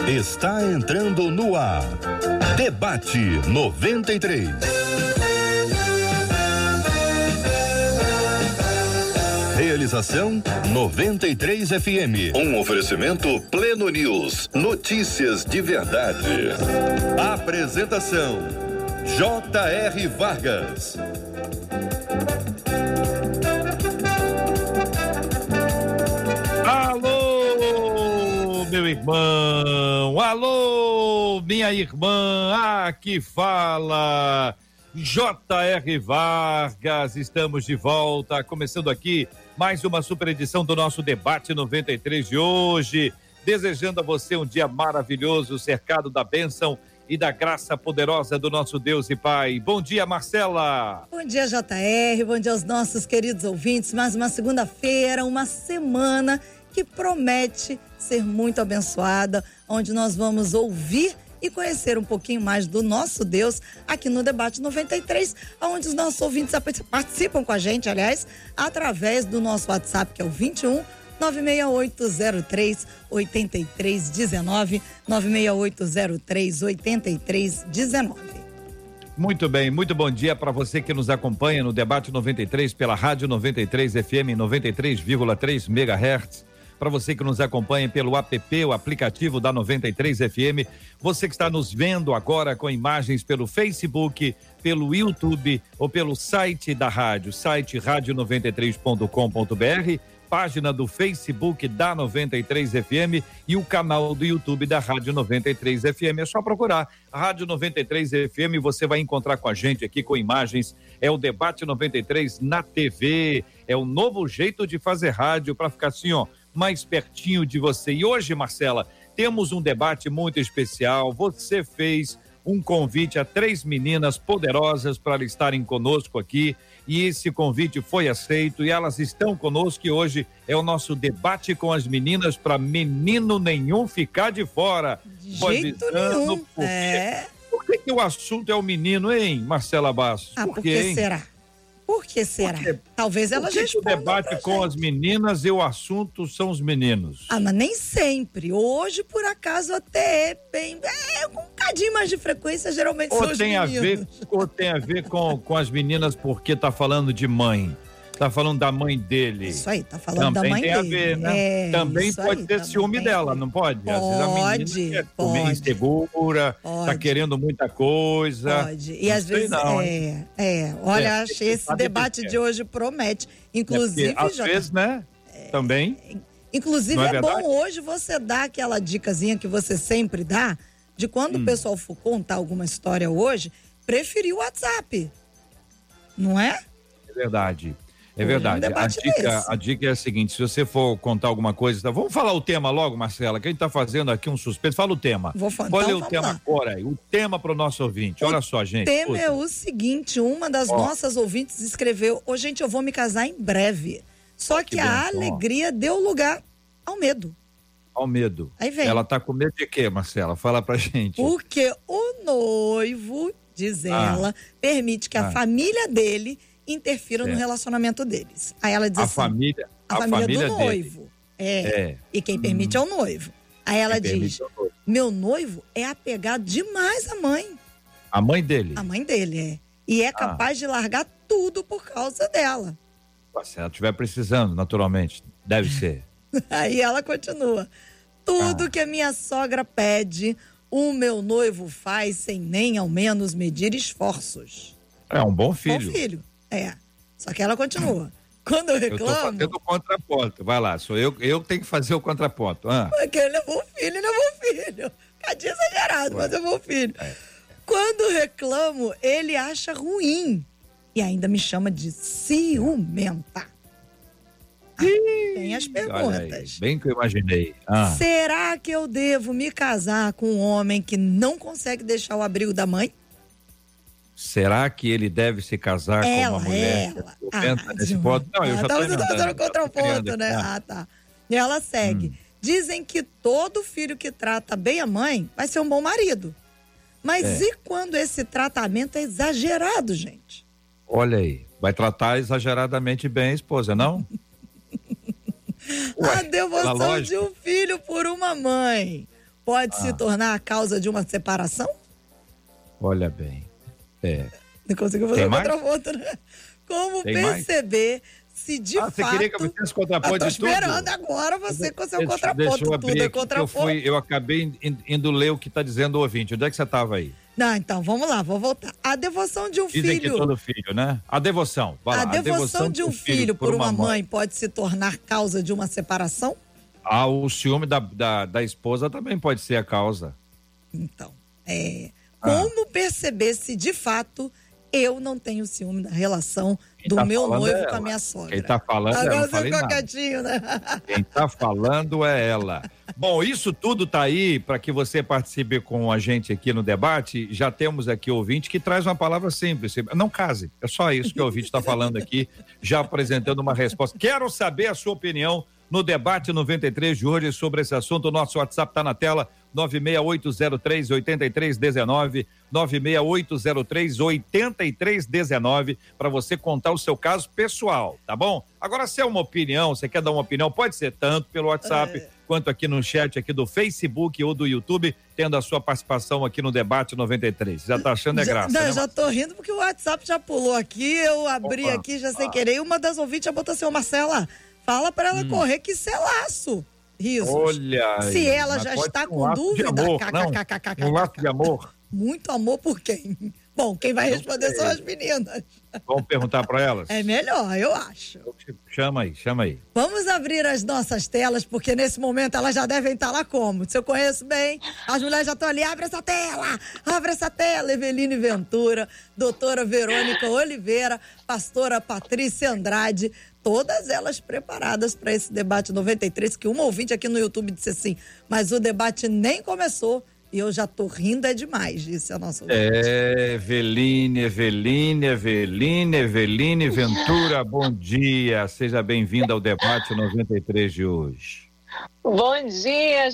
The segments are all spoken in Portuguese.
Está entrando no ar. Debate 93. Realização 93 FM. Um oferecimento Pleno News. Notícias de verdade. Apresentação J.R. Vargas. Alô, meu irmão. Alô, minha irmã. Aqui fala J.R. Vargas. Estamos de volta, começando aqui mais uma super edição do nosso Debate 93 de hoje, desejando a você um dia maravilhoso, cercado da bênção e da graça poderosa do nosso Deus e Pai. Bom dia, Marcela. Bom dia, JR, bom dia aos nossos queridos ouvintes. Mais uma segunda-feira, uma semana que promete ser muito abençoada, onde nós vamos ouvir e conhecer um pouquinho mais do nosso Deus aqui no Debate 93, onde os nossos ouvintes participam com a gente, aliás, através do nosso WhatsApp, que é o 21 96803 8319, 96803 8319. Muito bem, muito bom dia para você que nos acompanha no Debate 93 pela Rádio 93 FM 93,3 MHz. Para você que nos acompanha pelo app, o aplicativo da 93 FM, você que está nos vendo agora com imagens pelo Facebook, pelo YouTube ou pelo site da rádio, site radio93.com.br, página do Facebook da 93 FM e o canal do YouTube da Rádio 93 FM. É só procurar Rádio 93 FM, você vai encontrar com a gente aqui com imagens. É o Debate 93 na TV, é o novo jeito de fazer rádio para ficar assim, ó, mais pertinho de você. E hoje, Marcela, temos um debate muito especial. Você fez um convite a 3 meninas poderosas para estarem conosco aqui e esse convite foi aceito e elas estão conosco e hoje é o nosso debate com as meninas para menino nenhum ficar de fora. De jeito nenhum. Por que o assunto é o menino, hein, Marcela Bastos? Por que será? Por que será? Talvez elas respondam. O debate com as meninas e o assunto são os meninos. Mas nem sempre. Hoje, por acaso, até com um cadinho mais de frequência, geralmente são os meninos. Ou tem a ver com as meninas porque tá falando de mãe. Tá falando da mãe dele. Isso aí, tá falando da mãe dele. Também tem a ver, né? Também pode ter ciúme dela, não pode? Às vezes a menina é insegura, tá querendo muita coisa. Pode. E às vezes, olha, achei esse debate de hoje promete. Inclusive, às vezes, né? Também. Inclusive, é bom hoje você dar aquela dicasinha que você sempre dá, de quando o pessoal for contar alguma história hoje, preferir o WhatsApp. Não é? É verdade. É verdade. A dica é a seguinte: se você for contar alguma coisa, tá? Vamos falar o tema logo, Marcela, que a gente tá fazendo aqui um suspeito. Fala o tema. Qual é o tema agora aí? O tema para o nosso ouvinte. Olha só, gente. O tema é o seguinte: uma das nossas ouvintes escreveu: ô, gente, eu vou me casar em breve. Só que a alegria deu lugar ao medo. Ao medo. Aí vem. Ela tá com medo de quê, Marcela? Fala pra gente. Porque o noivo, diz ela, permite que a família dele interfiram no relacionamento deles. Aí ela diz a família do noivo. E quem permite é o noivo. Aí ela diz: meu noivo é apegado demais à mãe. A mãe dele? A mãe dele, E é capaz de largar tudo por causa dela. Se ela estiver precisando, naturalmente. Deve ser. Aí ela continua: tudo que a minha sogra pede, o meu noivo faz sem nem ao menos medir esforços. É um bom filho. Bom filho. Só que ela continua: quando eu reclamo. Eu tô fazendo o contraponto. Vai lá, sou eu que tenho que fazer o contraponto. Porque ele é bom filho. Cadinho exagerado, mas é bom filho. Quando reclamo, ele acha ruim e ainda me chama de ciumenta. Tem as perguntas. Aí, bem que eu imaginei. Será que eu devo me casar com um homem que não consegue deixar o abrigo da mãe? Será que ele deve se casar com uma mulher? Nesse ponto? Não, eu já estou fazendo contraponto, né? Tá. E ela segue. Dizem que todo filho que trata bem a mãe vai ser um bom marido. Mas e quando esse tratamento é exagerado, gente? Olha aí, vai tratar exageradamente bem a esposa, não? A devoção de um filho por uma mãe. pode se tornar a causa de uma separação? Olha bem. Não conseguiu fazer um contraponto, né? Como Tem perceber se de fato... Você queria que eu fizesse contraponto de tudo? Eu tô esperando agora você com seu contraponto. Tudo é contraponto. Eu acabei indo ler o que está dizendo o ouvinte. Onde é que você estava aí? Não, então, vamos lá, vou voltar. A devoção de um Dizem filho... que todo filho, né? A devoção, vai lá. A devoção de um filho por uma mãe pode se tornar causa de uma separação? O ciúme da esposa também pode ser a causa. Então, como perceber se de fato eu não tenho ciúme da relação do meu noivo com a minha sogra? Quem tá falando agora eu não falei nada. Quietinho, né? Quem tá falando é ela. Bom, isso tudo tá aí para que você participe com a gente aqui no debate. Já temos aqui o ouvinte que traz uma palavra simples. Não case. É só isso que o ouvinte está falando aqui, já apresentando uma resposta. Quero saber a sua opinião no debate 93 de hoje sobre esse assunto. O nosso WhatsApp está na tela, 96803-8319, 96803-8319, para você contar o seu caso pessoal, tá bom? Agora, se é uma opinião, você quer dar uma opinião, pode ser tanto pelo WhatsApp, quanto aqui no chat aqui do Facebook ou do YouTube, tendo a sua participação aqui no debate 93. Já tá achando graça, não, né? Eu já tô rindo porque o WhatsApp já pulou aqui, eu abri aqui já sem querer, e uma das ouvintes já botou assim, Marcela, fala para ela correr que selaço. Risos. Olha se ela já está com dúvida, um laço de amor. Muito amor por quem? Bom, quem vai responder são as meninas. Vamos perguntar para elas? É melhor, eu acho. Chama aí. Vamos abrir as nossas telas, porque nesse momento elas já devem estar lá como? Se eu conheço bem, as mulheres já estão ali, abre essa tela, Eveline Ventura, doutora Verônica Oliveira, pastora Patrícia Andrade, todas elas preparadas para esse debate 93, que uma ouvinte aqui no YouTube disse assim, mas o debate nem começou e eu já tô rindo é demais, disse a nossa ouvinte. Eveline Ventura, bom dia, seja bem-vinda ao debate 93 de hoje. Bom dia,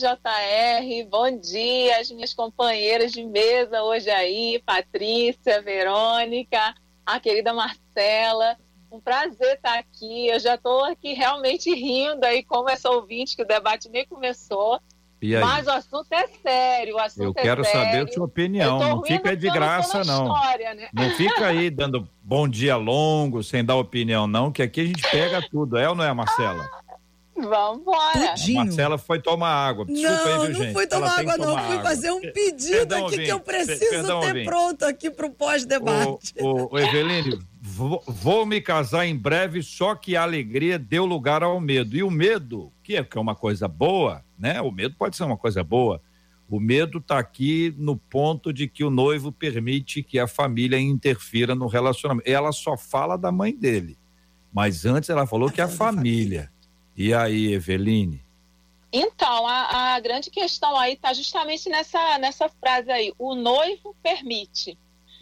JR, bom dia as minhas companheiras de mesa hoje aí, Patrícia, Verônica, a querida Marcela. Um prazer estar aqui, eu já estou aqui realmente rindo aí como essa ouvinte que o debate nem começou, mas o assunto é sério, Eu quero saber a sua opinião, não fica aí de graça não, história, né? Não fica aí dando bom dia longo, sem dar opinião não, que aqui a gente pega tudo, é ou não é, Marcela? Vamos embora. A Marcela foi tomar água. Desculpa aí, viu, gente? Não fui tomar água, não. Fui fazer um pedido aqui que eu preciso ter pronto aqui pro pós-debate. Ô, Eveline, vou me casar em breve, só que a alegria deu lugar ao medo. E o medo, que é uma coisa boa, né? O medo pode ser uma coisa boa. O medo tá aqui no ponto de que o noivo permite que a família interfira no relacionamento. Ela só fala da mãe dele. Mas antes ela falou que é a família. E aí, Eveline? Então, a grande questão aí está justamente nessa frase aí, o noivo permite.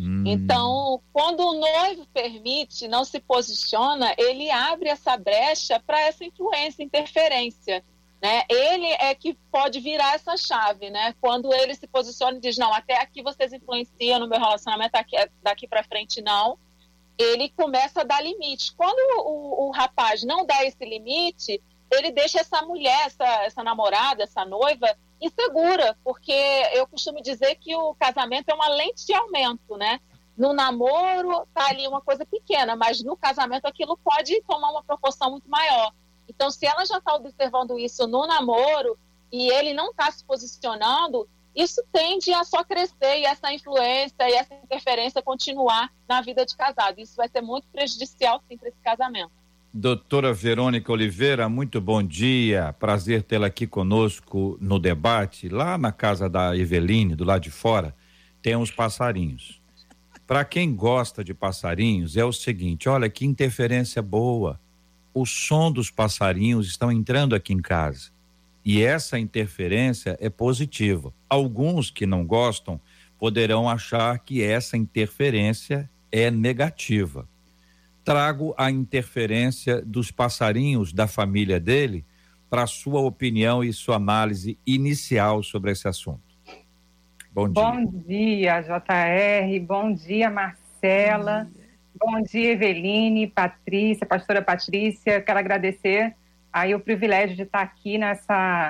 Então, quando o noivo permite, não se posiciona, ele abre essa brecha para essa influência, interferência, né? Ele é que pode virar essa chave, né? Quando ele se posiciona e diz, não, até aqui vocês influenciam no meu relacionamento, daqui para frente não, ele começa a dar limite. Quando o rapaz não dá esse limite, ele deixa essa mulher, essa namorada, essa noiva, insegura, porque eu costumo dizer que o casamento é uma lente de aumento, né? No namoro tá ali uma coisa pequena, mas no casamento aquilo pode tomar uma proporção muito maior. Então, se ela já está observando isso no namoro e ele não está se posicionando, isso tende a só crescer e essa influência e essa interferência continuar na vida de casado. Isso vai ser muito prejudicial, sim, para esse casamento. Doutora Verônica Oliveira, muito bom dia. Prazer tê-la aqui conosco no debate. Lá na casa da Eveline, do lado de fora, tem uns passarinhos. Para quem gosta de passarinhos, é o seguinte, olha que interferência boa. O som dos passarinhos estão entrando aqui em casa. E essa interferência é positiva. Alguns que não gostam poderão achar que essa interferência é negativa. Trago a interferência dos passarinhos da família dele para sua opinião e sua análise inicial sobre esse assunto. Bom dia. Bom dia, JR. Bom dia, Marcela. Bom dia, Eveline, Patrícia, pastora Patrícia. Quero agradecer aí o privilégio de estar aqui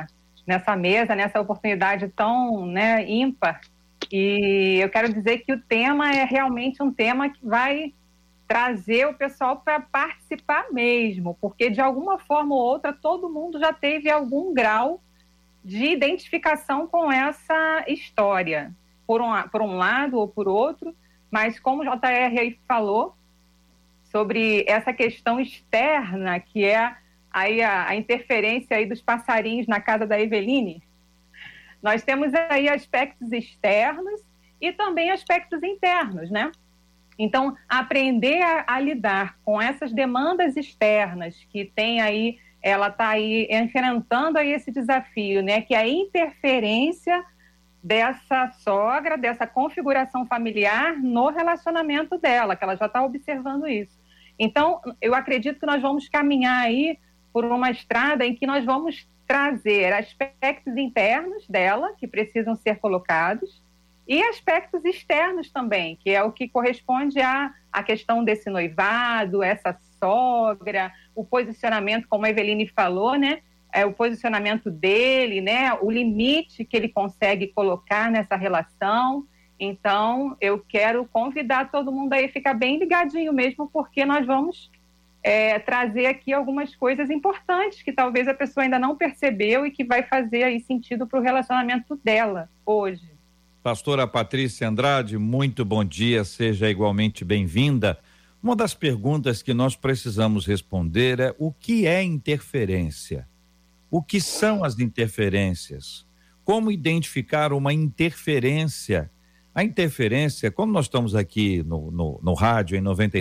nessa mesa, nessa oportunidade tão, né, ímpar. E eu quero dizer que o tema é realmente um tema que vai trazer o pessoal para participar mesmo, porque de alguma forma ou outra todo mundo já teve algum grau de identificação com essa história, por um lado ou por outro, mas como o JR aí falou, sobre essa questão externa, que é aí a interferência aí dos passarinhos na casa da Eveline, nós temos aí aspectos externos e também aspectos internos, né? Então, aprender a lidar com essas demandas externas que tem aí, ela está aí enfrentando aí esse desafio, né? Que é a interferência dessa sogra, dessa configuração familiar no relacionamento dela, que ela já está observando isso. Então, eu acredito que nós vamos caminhar aí por uma estrada em que nós vamos trazer aspectos internos dela, que precisam ser colocados, e aspectos externos também, que é o que corresponde à questão desse noivado, essa sogra, o posicionamento, como a Eveline falou, né? O posicionamento dele, né? O limite que ele consegue colocar nessa relação. Então, eu quero convidar todo mundo aí a ficar bem ligadinho mesmo, porque nós vamos trazer aqui algumas coisas importantes que talvez a pessoa ainda não percebeu e que vai fazer aí sentido para o relacionamento dela hoje. Pastora Patrícia Andrade, muito bom dia, seja igualmente bem-vinda. Uma das perguntas que nós precisamos responder é: o que é interferência? O que são as interferências? Como identificar uma interferência? A interferência, como nós estamos aqui no rádio, em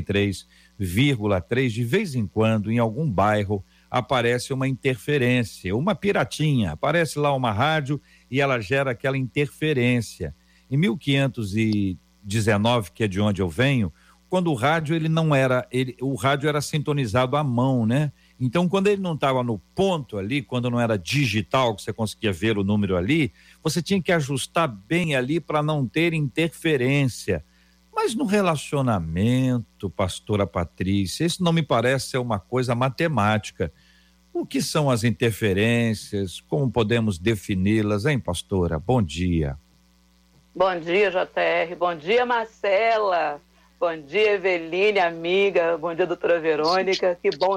93,3, de vez em quando, em algum bairro, aparece uma interferência, uma piratinha, aparece lá uma rádio e ela gera aquela interferência. Em 1519, que é de onde eu venho, quando o rádio o rádio era sintonizado à mão, né? Então, quando ele não estava no ponto ali, quando não era digital, que você conseguia ver o número ali, você tinha que ajustar bem ali para não ter interferência. Mas no relacionamento, pastora Patrícia, isso não me parece ser uma coisa matemática. O que são as interferências? Como podemos defini-las, hein, pastora? Bom dia. Bom dia, JR. Bom dia, Marcela. Bom dia, Eveline, amiga. Bom dia, doutora Verônica. Que bom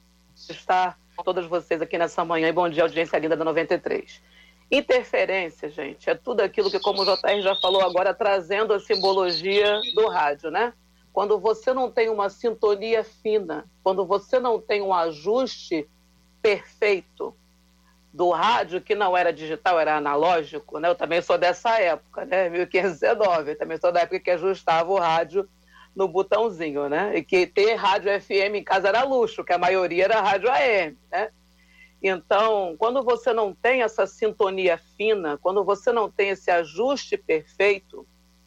estar com todos vocês aqui nessa manhã. E bom dia, audiência linda da 93. Interferência, gente, é tudo aquilo que, como o JR já falou agora, trazendo a simbologia do rádio, né? Quando você não tem uma sintonia fina, quando você não tem um ajuste perfeito do rádio, que não era digital, era analógico, né? Eu também sou dessa época, né? 1519, eu também sou da época que ajustava o rádio no botãozinho, né? E que ter rádio FM em casa era luxo, que a maioria era rádio AM, né? Então, quando você não tem essa sintonia fina, quando você não tem esse ajuste perfeito,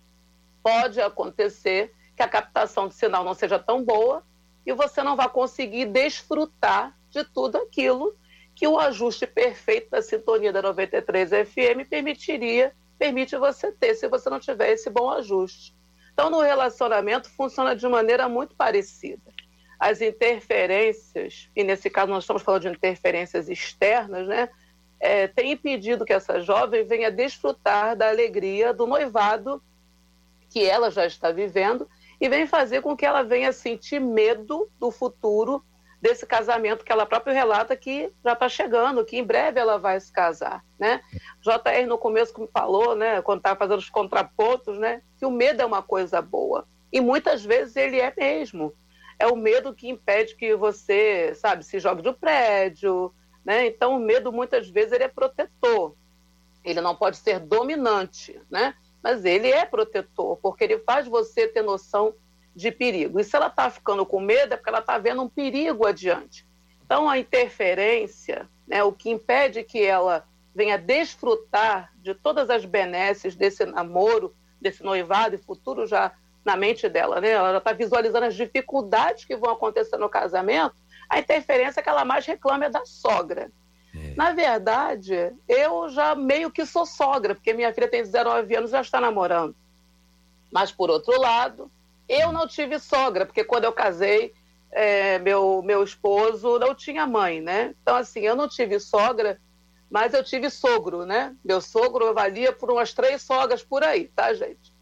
pode acontecer que a captação de sinal não seja tão boa e você não vai conseguir desfrutar de tudo aquilo que o ajuste perfeito da sintonia da 93 FM permite você ter, se você não tiver esse bom ajuste. Então, no relacionamento, funciona de maneira muito parecida. As interferências, e nesse caso nós estamos falando de interferências externas, né, tem impedido que essa jovem venha desfrutar da alegria do noivado que ela já está vivendo e vem fazer com que ela venha sentir medo do futuro desse casamento que ela própria relata que já está chegando, que em breve ela vai se casar, né? JR no começo me falou, né, quando estava fazendo os contrapontos, né, que o medo é uma coisa boa e muitas vezes ele é mesmo. É o medo que impede que você, sabe, se jogue do prédio, né? Então, o medo, muitas vezes, ele é protetor. Ele não pode ser dominante, né? Mas ele é protetor, porque ele faz você ter noção de perigo. E se ela está ficando com medo, é porque ela está vendo um perigo adiante. Então, a interferência, né, o que impede que ela venha desfrutar de todas as benesses desse namoro, desse noivado e futuro já na mente dela, né? Ela já está visualizando as dificuldades que vão acontecer no casamento. A interferência que ela mais reclama é da sogra. Na verdade, eu já meio que sou sogra, porque minha filha tem 19 anos e já está namorando. Mas, por outro lado, eu não tive sogra, porque quando eu casei, meu esposo não tinha mãe, né? Então, assim, eu não tive sogra, Mas eu tive sogro, né? Meu sogro valia por umas 3 sogras por aí, tá, gente?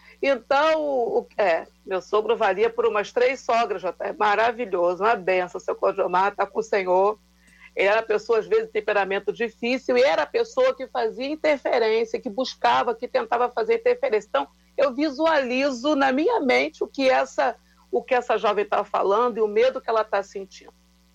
Então, meu sogro valia por umas 3 sogras, é maravilhoso, uma benção, seu Clodiomar, tá com o Senhor. Ele era pessoa, às vezes, de temperamento difícil, e era a pessoa que fazia interferência, que buscava, que tentava fazer interferência. Então, eu visualizo na minha mente o que essa jovem está falando e o medo que ela está sentindo.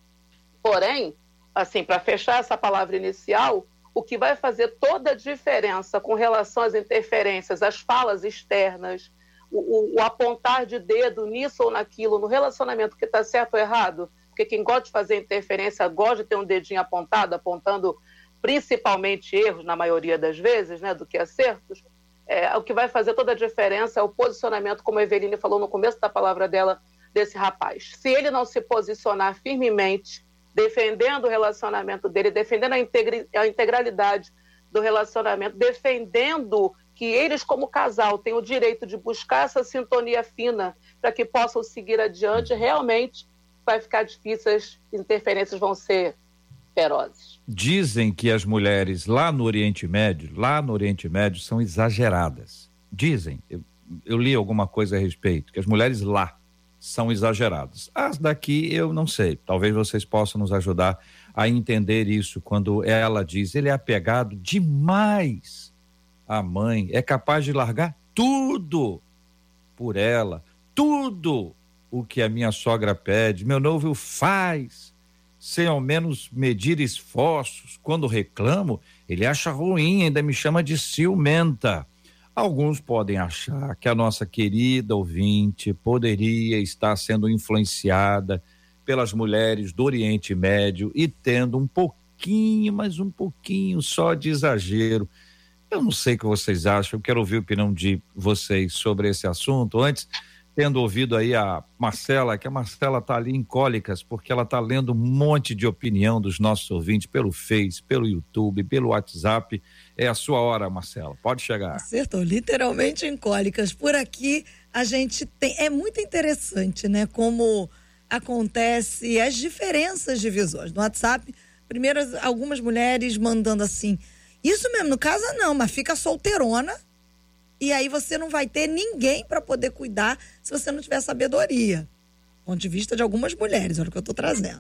Porém, assim, para fechar essa palavra inicial, o que vai fazer toda a diferença com relação às interferências, às falas externas, o apontar de dedo nisso ou naquilo, no relacionamento que está certo ou errado, porque quem gosta de fazer interferência gosta de ter um dedinho apontando principalmente erros, na maioria das vezes, né, do que acertos. O que vai fazer toda a diferença é o posicionamento, como a Eveline falou no começo da palavra dela, desse rapaz. Se ele não se posicionar firmemente, defendendo o relacionamento dele, defendendo a integralidade do relacionamento, defendendo que eles, como casal, têm o direito de buscar essa sintonia fina para que possam seguir adiante, realmente vai ficar difícil, as interferências vão ser ferozes. Dizem que as mulheres lá no Oriente Médio são exageradas. Dizem, eu li alguma coisa a respeito, que as mulheres lá são exageradas. As daqui eu não sei, talvez vocês possam nos ajudar a entender isso, quando ela diz, ele é apegado demais à mãe, é capaz de largar tudo por ela, tudo o que a minha sogra pede, meu noivo faz, sem ao menos medir esforços. Quando reclamo, ele acha ruim, ainda me chama de ciumenta. Alguns podem achar que a nossa querida ouvinte poderia estar sendo influenciada pelas mulheres do Oriente Médio e tendo um pouquinho, mas um pouquinho só de exagero. Eu não sei o que vocês acham, eu quero ouvir a opinião de vocês sobre esse assunto. Antes, tendo ouvido aí a Marcela, que a Marcela está ali em cólicas, porque ela está lendo um monte de opinião dos nossos ouvintes pelo Face, pelo YouTube, pelo WhatsApp. É a sua hora, Marcela, pode chegar. Acertou, literalmente em cólicas. Por aqui a gente tem, é muito interessante, né, como acontece as diferenças de visões. No WhatsApp, primeiro algumas mulheres mandando assim, isso mesmo, não casa não, mas fica solteirona, e aí você não vai ter ninguém para poder cuidar se você não tiver sabedoria. Ponto de vista de algumas mulheres, olha o que eu estou trazendo.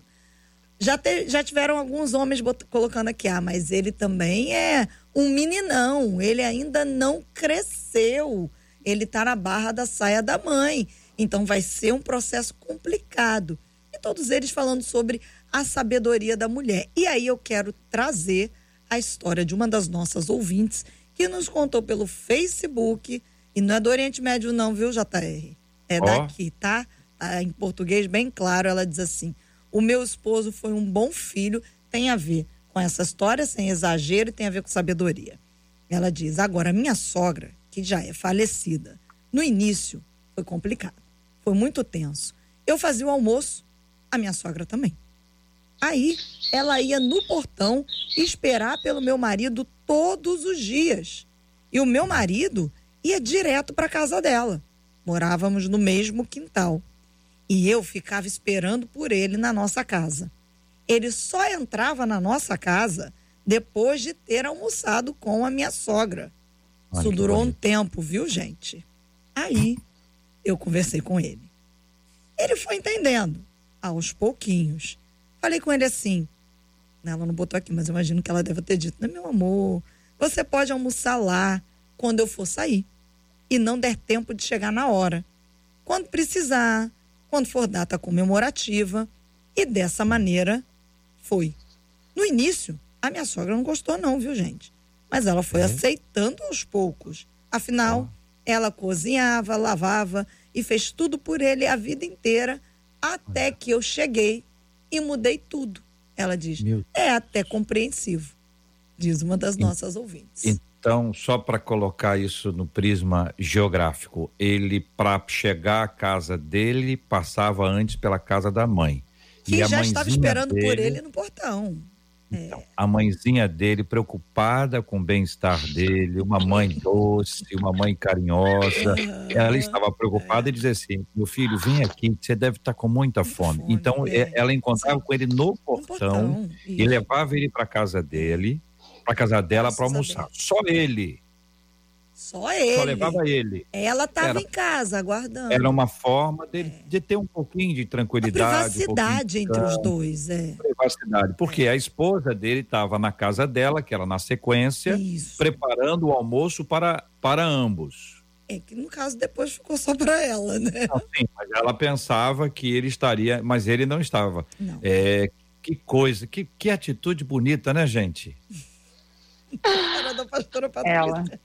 Já tiveram alguns homens colocando aqui, mas ele também é um meninão, ele ainda não cresceu, ele está na barra da saia da mãe, então vai ser um processo complicado. E todos eles falando sobre a sabedoria da mulher. E aí eu quero trazer a história de uma das nossas ouvintes, que nos contou pelo Facebook, e não é do Oriente Médio não, viu, JR? É daqui, tá? Tá em português bem claro, ela diz assim, o meu esposo foi um bom filho, tem a ver com essa história, sem exagero, e tem a ver com sabedoria. Ela diz, agora, minha sogra, que já é falecida, no início foi complicado, foi muito tenso. Eu fazia o almoço, a minha sogra também. Aí, ela ia no portão esperar pelo meu marido todos os dias. E o meu marido ia direto para a casa dela. Morávamos no mesmo quintal. E eu ficava esperando por ele na nossa casa. Ele só entrava na nossa casa depois de ter almoçado com a minha sogra. Isso durou um tempo, viu, gente? Aí, eu conversei com ele. Ele foi entendendo, aos pouquinhos. Falei com ele assim, ela não botou aqui, mas eu imagino que ela deve ter dito, meu amor, você pode almoçar lá quando eu for sair e não der tempo de chegar na hora. Quando precisar, quando for data comemorativa. E dessa maneira foi. No início, a minha sogra não gostou não, viu, gente? Mas ela foi aceitando aos poucos. Afinal, ela cozinhava, lavava e fez tudo por ele a vida inteira, até que eu cheguei e mudei tudo. Ela diz, é até compreensivo, diz uma das nossas ouvintes. Então, só para colocar isso no prisma geográfico, ele, para chegar à casa dele, passava antes pela casa da mãe. Que já estava esperando por ele no portão. Então, a mãezinha dele, preocupada com o bem-estar dele, uma mãe doce, uma mãe carinhosa, ela estava preocupada e dizia assim, meu filho, vem aqui, você deve estar com muita fome. Então, ela encontrava com ele no portão e levava ele para casa dele, para casa dela para almoçar. Só ele. Só ele. Só levava ele. Ela estava em casa, aguardando. Era uma forma de ter um pouquinho de tranquilidade. Privacidade entre os dois, Privacidade. Porque a esposa dele estava na casa dela, que era na sequência, preparando o almoço para ambos. É que no caso depois ficou só para ela, né? Não, sim, mas ela pensava que ele estaria, mas ele não estava. Não. Que coisa, que atitude bonita, né, gente? Era da pastora Patrícia.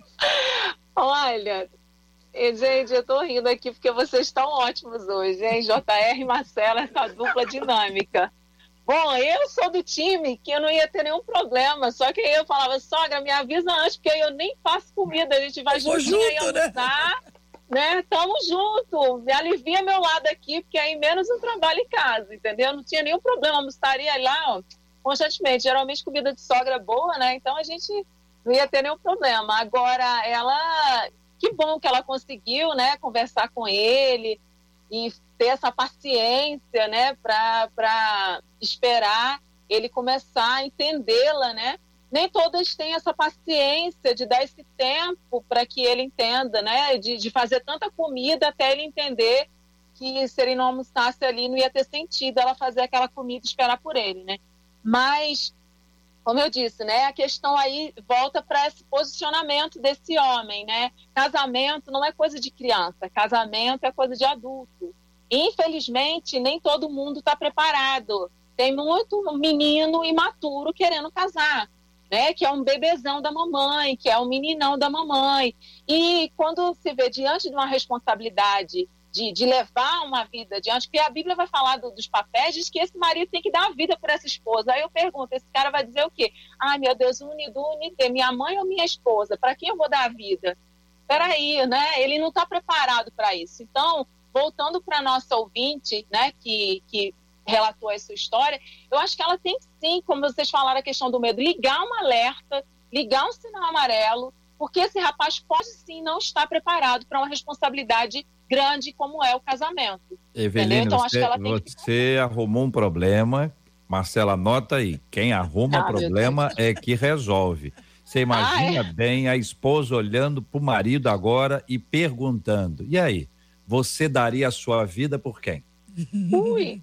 Olha, gente, eu tô rindo aqui porque vocês estão ótimos hoje, hein? JR e Marcela, essa dupla dinâmica. Bom, eu sou do time que eu não ia ter nenhum problema, só que aí eu falava, sogra, me avisa antes, porque eu nem faço comida, a gente vai juntinho aí almoçar, né? Tamo junto, me alivia meu lado aqui, porque aí menos um trabalho em casa, entendeu? Não tinha nenhum problema, estaria lá, ó, constantemente, geralmente comida de sogra boa, né? Então a gente não ia ter nenhum problema. Agora, que bom que ela conseguiu, né, conversar com ele e ter essa paciência, né, para esperar ele começar a entendê-la, né? Nem todas têm essa paciência de dar esse tempo para que ele entenda, né, de fazer tanta comida até ele entender que se ele não almoçasse ali não ia ter sentido ela fazer aquela comida e esperar por ele, né? Mas como eu disse, né, a questão aí volta para esse posicionamento desse homem, né? Casamento não é coisa de criança, casamento é coisa de adulto. Infelizmente, nem todo mundo está preparado. Tem muito menino imaturo querendo casar, né? Que é um bebezão da mamãe, que é um meninão da mamãe. E quando se vê diante de uma responsabilidade de levar uma vida adiante, porque a Bíblia vai falar dos papéis, diz que esse marido tem que dar a vida por essa esposa. Aí eu pergunto, esse cara vai dizer o quê? Ai, meu Deus, minha mãe ou minha esposa? Para quem eu vou dar a vida? Peraí, né? Ele não está preparado para isso. Então, voltando para a nossa ouvinte, né, que relatou essa história, eu acho que ela tem sim, como vocês falaram, a questão do medo, ligar um alerta, ligar um sinal amarelo, porque esse rapaz pode sim não estar preparado para uma responsabilidade grande como é o casamento. Evelina, então, acho que ela você arrumou um problema, Marcela, anota aí, quem arruma problema é que resolve. Você imagina bem a esposa olhando para o marido agora e perguntando, e aí, você daria a sua vida por quem? Ui!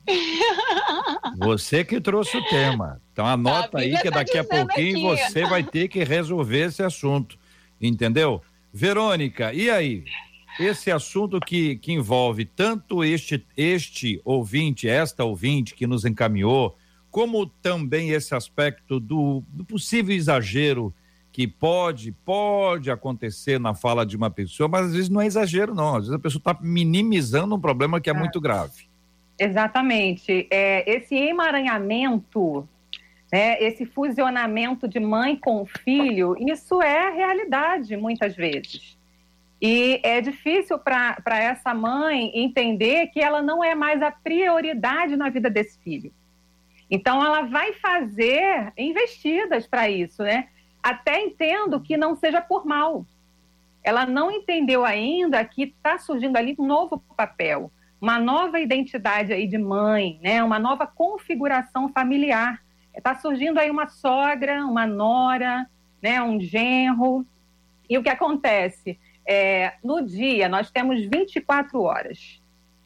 Você que trouxe o tema. Então anota aí que daqui a pouquinho aqui. Você vai ter que resolver esse assunto. Entendeu? Verônica, e aí? Esse assunto que envolve tanto este ouvinte, esta ouvinte que nos encaminhou, como também esse aspecto do possível exagero que pode acontecer na fala de uma pessoa, mas às vezes não é exagero não, às vezes a pessoa está minimizando um problema que é muito grave. Exatamente. Esse emaranhamento, né, esse fusionamento de mãe com filho, isso é realidade muitas vezes. E é difícil para essa mãe entender que ela não é mais a prioridade na vida desse filho. Então, ela vai fazer investidas para isso, né? Até entendo que não seja por mal. Ela não entendeu ainda que está surgindo ali um novo papel, uma nova identidade aí de mãe, né? Uma nova configuração familiar. Está surgindo aí uma sogra, uma nora, né? Um genro. E o que acontece? No dia, nós temos 24 horas.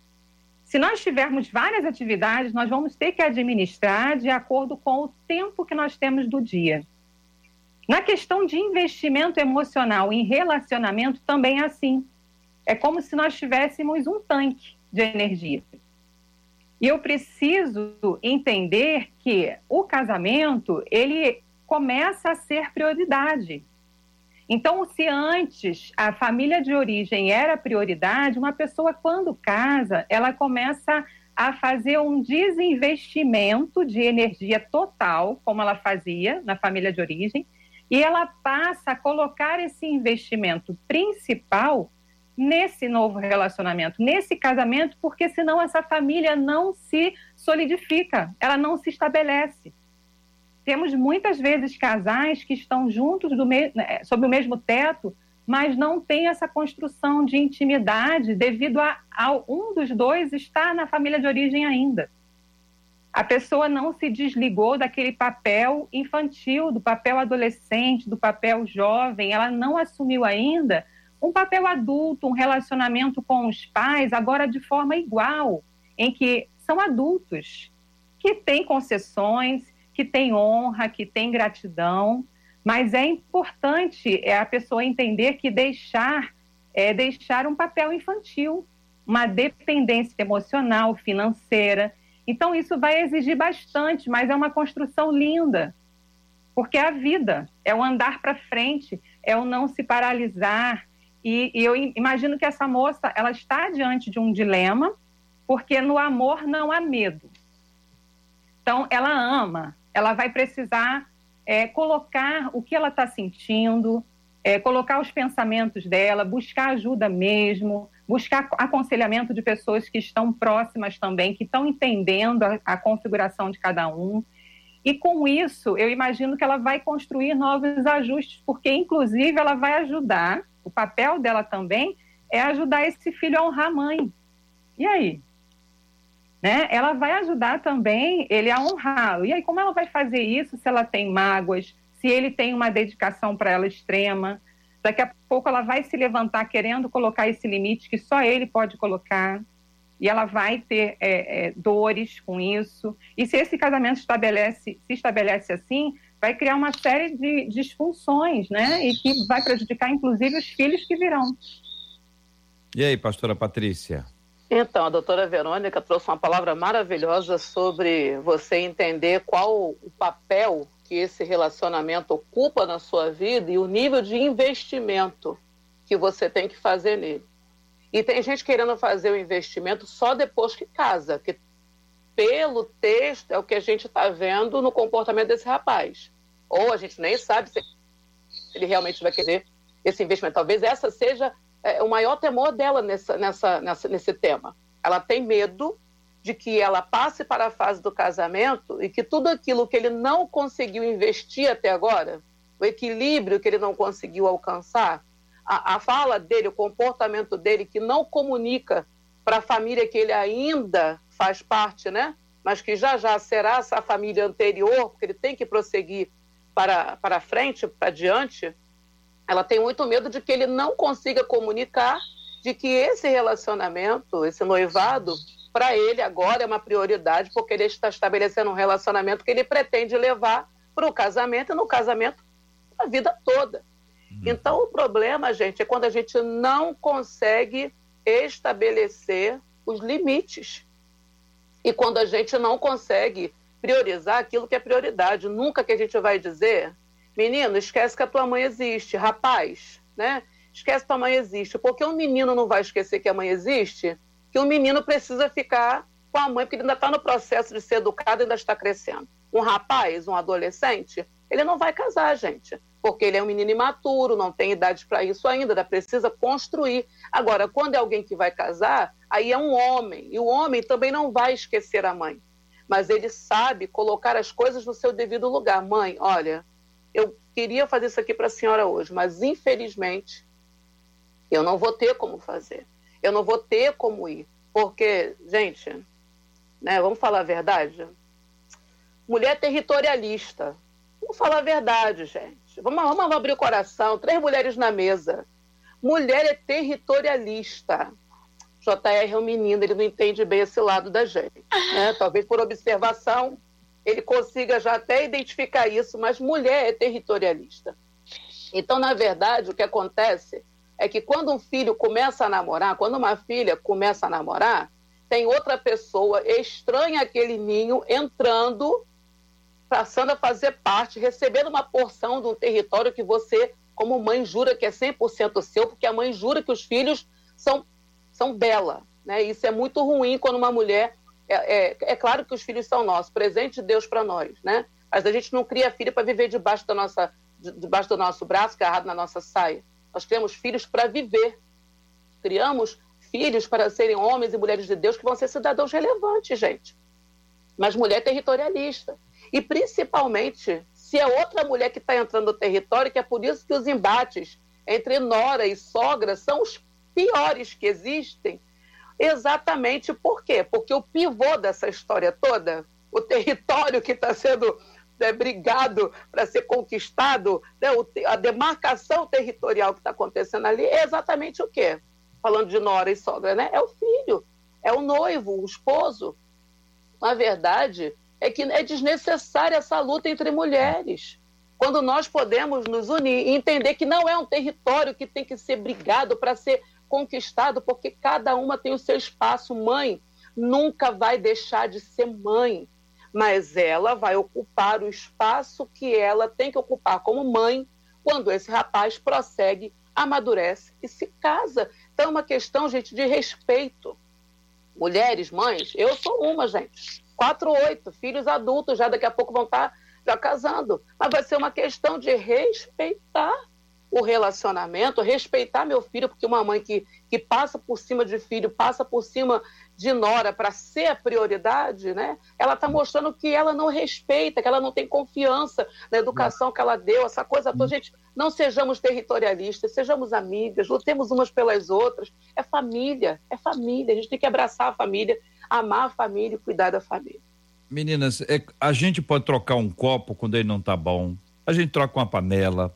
Se nós tivermos várias atividades, nós vamos ter que administrar de acordo com o tempo que nós temos do dia. Na questão de investimento emocional em relacionamento, também é assim. É como se nós tivéssemos um tanque de energia. E eu preciso entender que o casamento, ele começa a ser prioridade. Então, se antes a família de origem era prioridade, uma pessoa, quando casa, ela começa a fazer um desinvestimento de energia total, como ela fazia na família de origem, e ela passa a colocar esse investimento principal nesse novo relacionamento, nesse casamento, porque senão essa família não se solidifica, ela não se estabelece. Temos muitas vezes casais que estão juntos sob o mesmo teto, mas não tem essa construção de intimidade devido a um dos dois estar na família de origem ainda. A pessoa não se desligou daquele papel infantil, do papel adolescente, do papel jovem, ela não assumiu ainda um papel adulto, um relacionamento com os pais, agora de forma igual, em que são adultos, que têm concessões, que têm honra, que têm gratidão, mas é importante a pessoa entender que deixar um papel infantil, uma dependência emocional, financeira. Então, isso vai exigir bastante, mas é uma construção linda, porque é a vida, é o andar para frente, é o não se paralisar. E eu imagino que essa moça, ela está diante de um dilema, porque no amor não há medo. Então, ela ama, ela vai precisar colocar o que ela está sentindo, colocar os pensamentos dela, buscar ajuda mesmo, buscar aconselhamento de pessoas que estão próximas também, que estão entendendo a configuração de cada um. E com isso, eu imagino que ela vai construir novos ajustes, porque, inclusive, ela vai ajudar, o papel dela também é ajudar esse filho a honrar a mãe. E aí? Né? Ela vai ajudar também ele a honrá-lo. E aí, como ela vai fazer isso se ela tem mágoas, se ele tem uma dedicação para ela extrema? Daqui a pouco ela vai se levantar querendo colocar esse limite que só ele pode colocar, e ela vai ter dores com isso. E se esse casamento se estabelece assim, vai criar uma série de disfunções, né? E que vai prejudicar, inclusive, os filhos que virão. E aí, pastora Patrícia? Então, a doutora Verônica trouxe uma palavra maravilhosa sobre você entender qual o papel que esse relacionamento ocupa na sua vida e o nível de investimento que você tem que fazer nele. E tem gente querendo fazer o investimento só depois que casa, que pelo texto é o que a gente está vendo no comportamento desse rapaz. Ou a gente nem sabe se ele realmente vai querer esse investimento. Talvez essa seja o maior temor dela nesse tema. Ela tem medo de que ela passe para a fase do casamento e que tudo aquilo que ele não conseguiu investir até agora, o equilíbrio que ele não conseguiu alcançar, a fala dele, o comportamento dele, que não comunica para a família que ele ainda faz parte, né? Mas que já será essa família anterior, porque ele tem que prosseguir para frente, para diante. Ela tem muito medo de que ele não consiga comunicar de que esse relacionamento, esse noivado, para ele agora é uma prioridade, porque ele está estabelecendo um relacionamento que ele pretende levar para o casamento, e no casamento a vida toda. Então, o problema, gente, é quando a gente não consegue estabelecer os limites. E quando a gente não consegue priorizar aquilo que é prioridade. Nunca que a gente vai dizer, menino, esquece que a tua mãe existe. Rapaz, né? Esquece que tua mãe existe. Porque um menino não vai esquecer que a mãe existe, que o menino precisa ficar com a mãe, porque ele ainda está no processo de ser educado e ainda está crescendo. Um rapaz, um adolescente, ele não vai casar, gente, porque ele é um menino imaturo, não tem idade para isso ainda precisa construir. Agora, quando é alguém que vai casar, aí é um homem, e o homem também não vai esquecer a mãe, mas ele sabe colocar as coisas no seu devido lugar. Mãe, olha, eu queria fazer isso aqui para a senhora hoje, mas infelizmente eu não vou ter como fazer, eu não vou ter como ir, porque, gente, né, vamos falar a verdade, mulher territorialista. Vamos falar a verdade, gente. Vamos abrir o coração. 3 mulheres na mesa. Mulher é territorialista. JR é um menino, ele não entende bem esse lado da gente, né? Talvez por observação ele consiga já até identificar isso, mas mulher é territorialista. Então, na verdade, o que acontece é que quando um filho começa a namorar, quando uma filha começa a namorar, tem outra pessoa estranha àquele ninho entrando, passando a fazer parte, recebendo uma porção de um território que você, como mãe, jura que é 100% seu, porque a mãe jura que os filhos são dela, né? Isso é muito ruim quando uma mulher... É claro que os filhos são nossos, presente de Deus para nós, né? Mas a gente não cria filho para viver debaixo do nosso braço, agarrado na nossa saia. Nós criamos filhos para viver. Criamos filhos para serem homens e mulheres de Deus que vão ser cidadãos relevantes, gente. Mas mulher territorialista. E principalmente se é outra mulher que está entrando no território, que é por isso que os embates entre nora e sogra são os piores que existem. Exatamente por quê? Porque o pivô dessa história toda o território que está sendo brigado para ser conquistado, né? A demarcação territorial que está acontecendo ali é exatamente o quê? Falando de nora e sogra, né? É o filho, é o noivo, o esposo. Na verdade, é que é desnecessária essa luta entre mulheres. Quando nós podemos nos unir e entender que não é um território que tem que ser brigado para ser conquistado, porque cada uma tem o seu espaço. Mãe nunca vai deixar de ser mãe, mas ela vai ocupar o espaço que ela tem que ocupar como mãe quando esse rapaz prossegue, amadurece e se casa. Então é uma questão, gente, de respeito. Mulheres, mães, eu sou uma, gente. 4, 8, filhos adultos, já daqui a pouco vão estar já casando. Mas vai ser uma questão de respeitar o relacionamento, respeitar meu filho, porque uma mãe que passa por cima de filho, passa por cima de nora para ser a prioridade, né? Ela está mostrando que ela não respeita, que ela não tem confiança na educação que ela deu, essa coisa toda. Gente, não sejamos territorialistas, sejamos amigas, lutemos umas pelas outras. É família, a gente tem que abraçar a família, amar a família e cuidar da família. Meninas, a gente pode trocar um copo quando ele não está bom, a gente troca uma panela,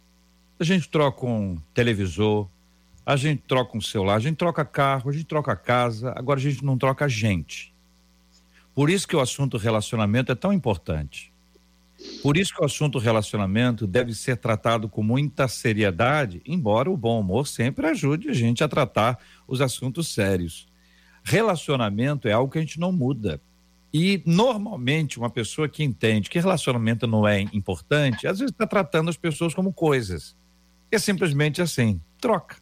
a gente troca um televisor, a gente troca um celular, a gente troca carro, a gente troca casa, agora a gente não troca gente. Por isso que o assunto relacionamento é tão importante. Por isso que o assunto relacionamento deve ser tratado com muita seriedade, embora o bom humor sempre ajude a gente a tratar os assuntos sérios. Relacionamento é algo que a gente não muda. E, normalmente, uma pessoa que entende que relacionamento não é importante, às vezes está tratando as pessoas como coisas. É simplesmente assim, troca.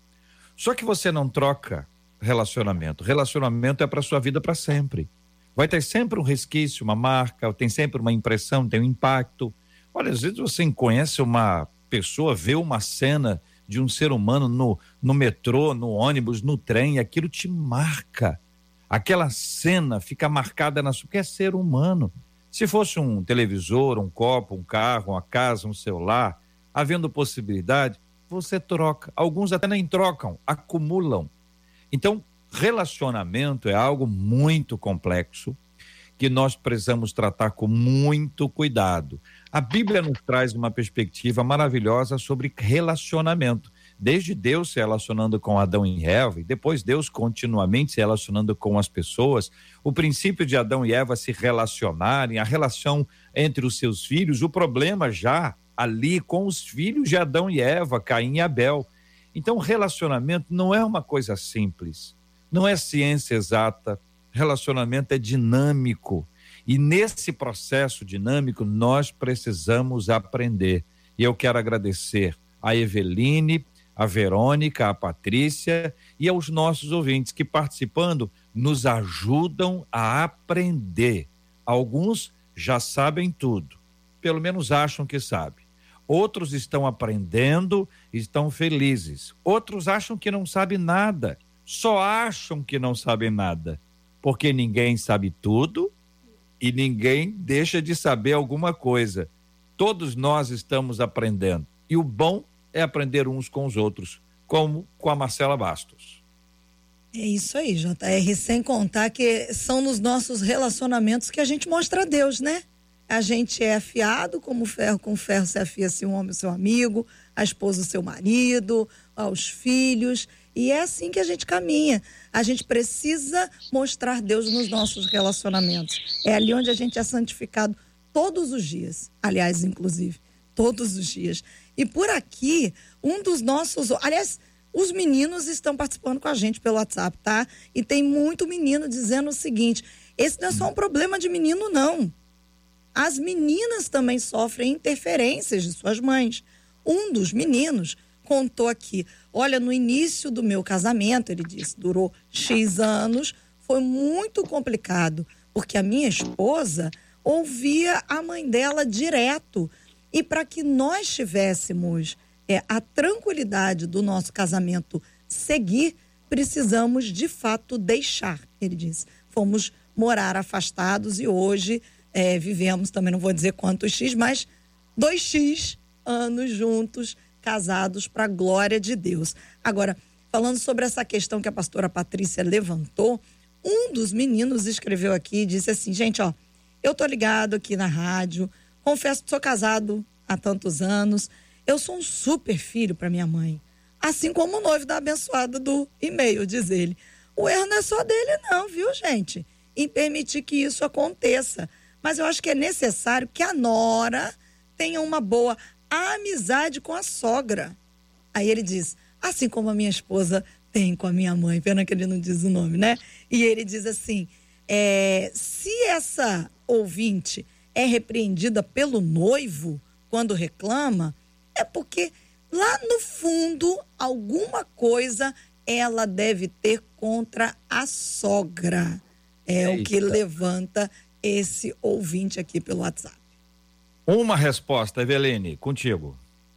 Só que você não troca relacionamento. Relacionamento é para sua vida para sempre. Vai ter sempre um resquício, uma marca, tem sempre uma impressão, tem um impacto. Olha, às vezes você conhece uma pessoa, vê uma cena de um ser humano no metrô, no ônibus, no trem, e aquilo te marca. Aquela cena fica marcada na sua... Porque é ser humano. Se fosse um televisor, um copo, um carro, uma casa, um celular, havendo possibilidade, você troca. Alguns até nem trocam, acumulam. Então, relacionamento é algo muito complexo que nós precisamos tratar com muito cuidado. A Bíblia nos traz uma perspectiva maravilhosa sobre relacionamento. Desde Deus se relacionando com Adão e Eva, e depois Deus continuamente se relacionando com as pessoas, o princípio de Adão e Eva se relacionarem, a relação entre os seus filhos, o problema já ali com os filhos de Adão e Eva, Caim e Abel. Então, relacionamento não é uma coisa simples, não é ciência exata, relacionamento é dinâmico. E nesse processo dinâmico, nós precisamos aprender. E eu quero agradecer a Eveline, a Verônica, a Patrícia e aos nossos ouvintes que, participando, nos ajudam a aprender. Alguns já sabem tudo, pelo menos acham que sabem. Outros estão aprendendo, estão felizes. Outros acham que não sabem nada, só acham que não sabem nada, porque ninguém sabe tudo e ninguém deixa de saber alguma coisa. Todos nós estamos aprendendo. E o bom é aprender uns com os outros, como com a Marcela Bastos. É isso aí, JR, sem contar que são nos nossos relacionamentos que a gente mostra a Deus, né? A gente é afiado como ferro com ferro se afia-se um homem, o seu amigo, a esposa, o seu marido, aos filhos, e é assim que a gente caminha. A gente precisa mostrar Deus nos nossos relacionamentos. É ali onde a gente é santificado todos os dias, aliás, inclusive, todos os dias. E por aqui, um dos nossos... Aliás, os meninos estão participando com a gente pelo WhatsApp, tá? E tem muito menino dizendo o seguinte, esse não é só um problema de menino, não. As meninas também sofrem interferências de suas mães. Um dos meninos contou aqui, olha, no início do meu casamento, ele disse, durou X anos, foi muito complicado, porque a minha esposa ouvia a mãe dela direto. E para que nós tivéssemos a tranquilidade do nosso casamento seguir, precisamos de fato deixar, ele disse. Fomos morar afastados e hoje vivemos, também não vou dizer quantos X, mas 2X anos juntos, casados para a glória de Deus. Agora, falando sobre essa questão que a pastora Patrícia levantou, um dos meninos escreveu aqui e disse assim, gente, ó, eu tô ligado aqui na rádio, confesso que sou casado há tantos anos, eu sou um super filho para minha mãe, assim como o noivo da abençoada do e-mail, diz ele. O erro não é só dele não, viu, gente? Em permitir que isso aconteça. Mas eu acho que é necessário que a nora tenha uma boa amizade com a sogra. Aí ele diz, assim como a minha esposa tem com a minha mãe, pena que ele não diz o nome, né? E ele diz assim, se essa ouvinte é repreendida pelo noivo quando reclama, é porque lá no fundo alguma coisa ela deve ter contra a sogra. É o que levanta esse ouvinte aqui pelo WhatsApp. Uma resposta, Eveline, contigo.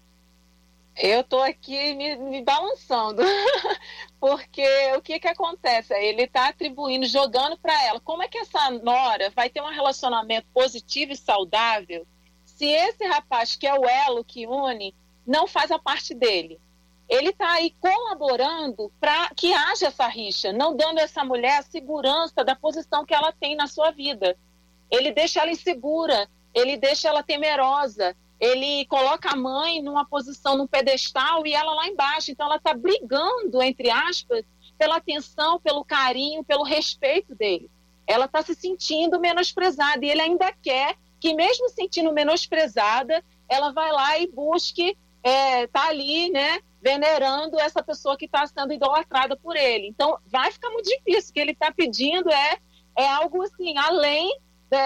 Eu tô aqui me balançando, porque o que acontece? Ele tá atribuindo, jogando para ela. Como é que essa nora vai ter um relacionamento positivo e saudável se esse rapaz, que é o elo que une, não faz a parte dele? Ele tá aí colaborando para que haja essa rixa, não dando a essa mulher a segurança da posição que ela tem na sua vida. Ele deixa ela insegura, ele deixa ela temerosa, ele coloca a mãe numa posição, num pedestal e ela lá embaixo. Então ela está brigando, entre aspas, pela atenção, pelo carinho, pelo respeito dele. Ela está se sentindo menosprezada e ele ainda quer que, mesmo sentindo menosprezada, ela vai lá e busque, tá ali, né, venerando essa pessoa que está sendo idolatrada por ele. Então vai ficar muito difícil. O que ele está pedindo é algo assim, além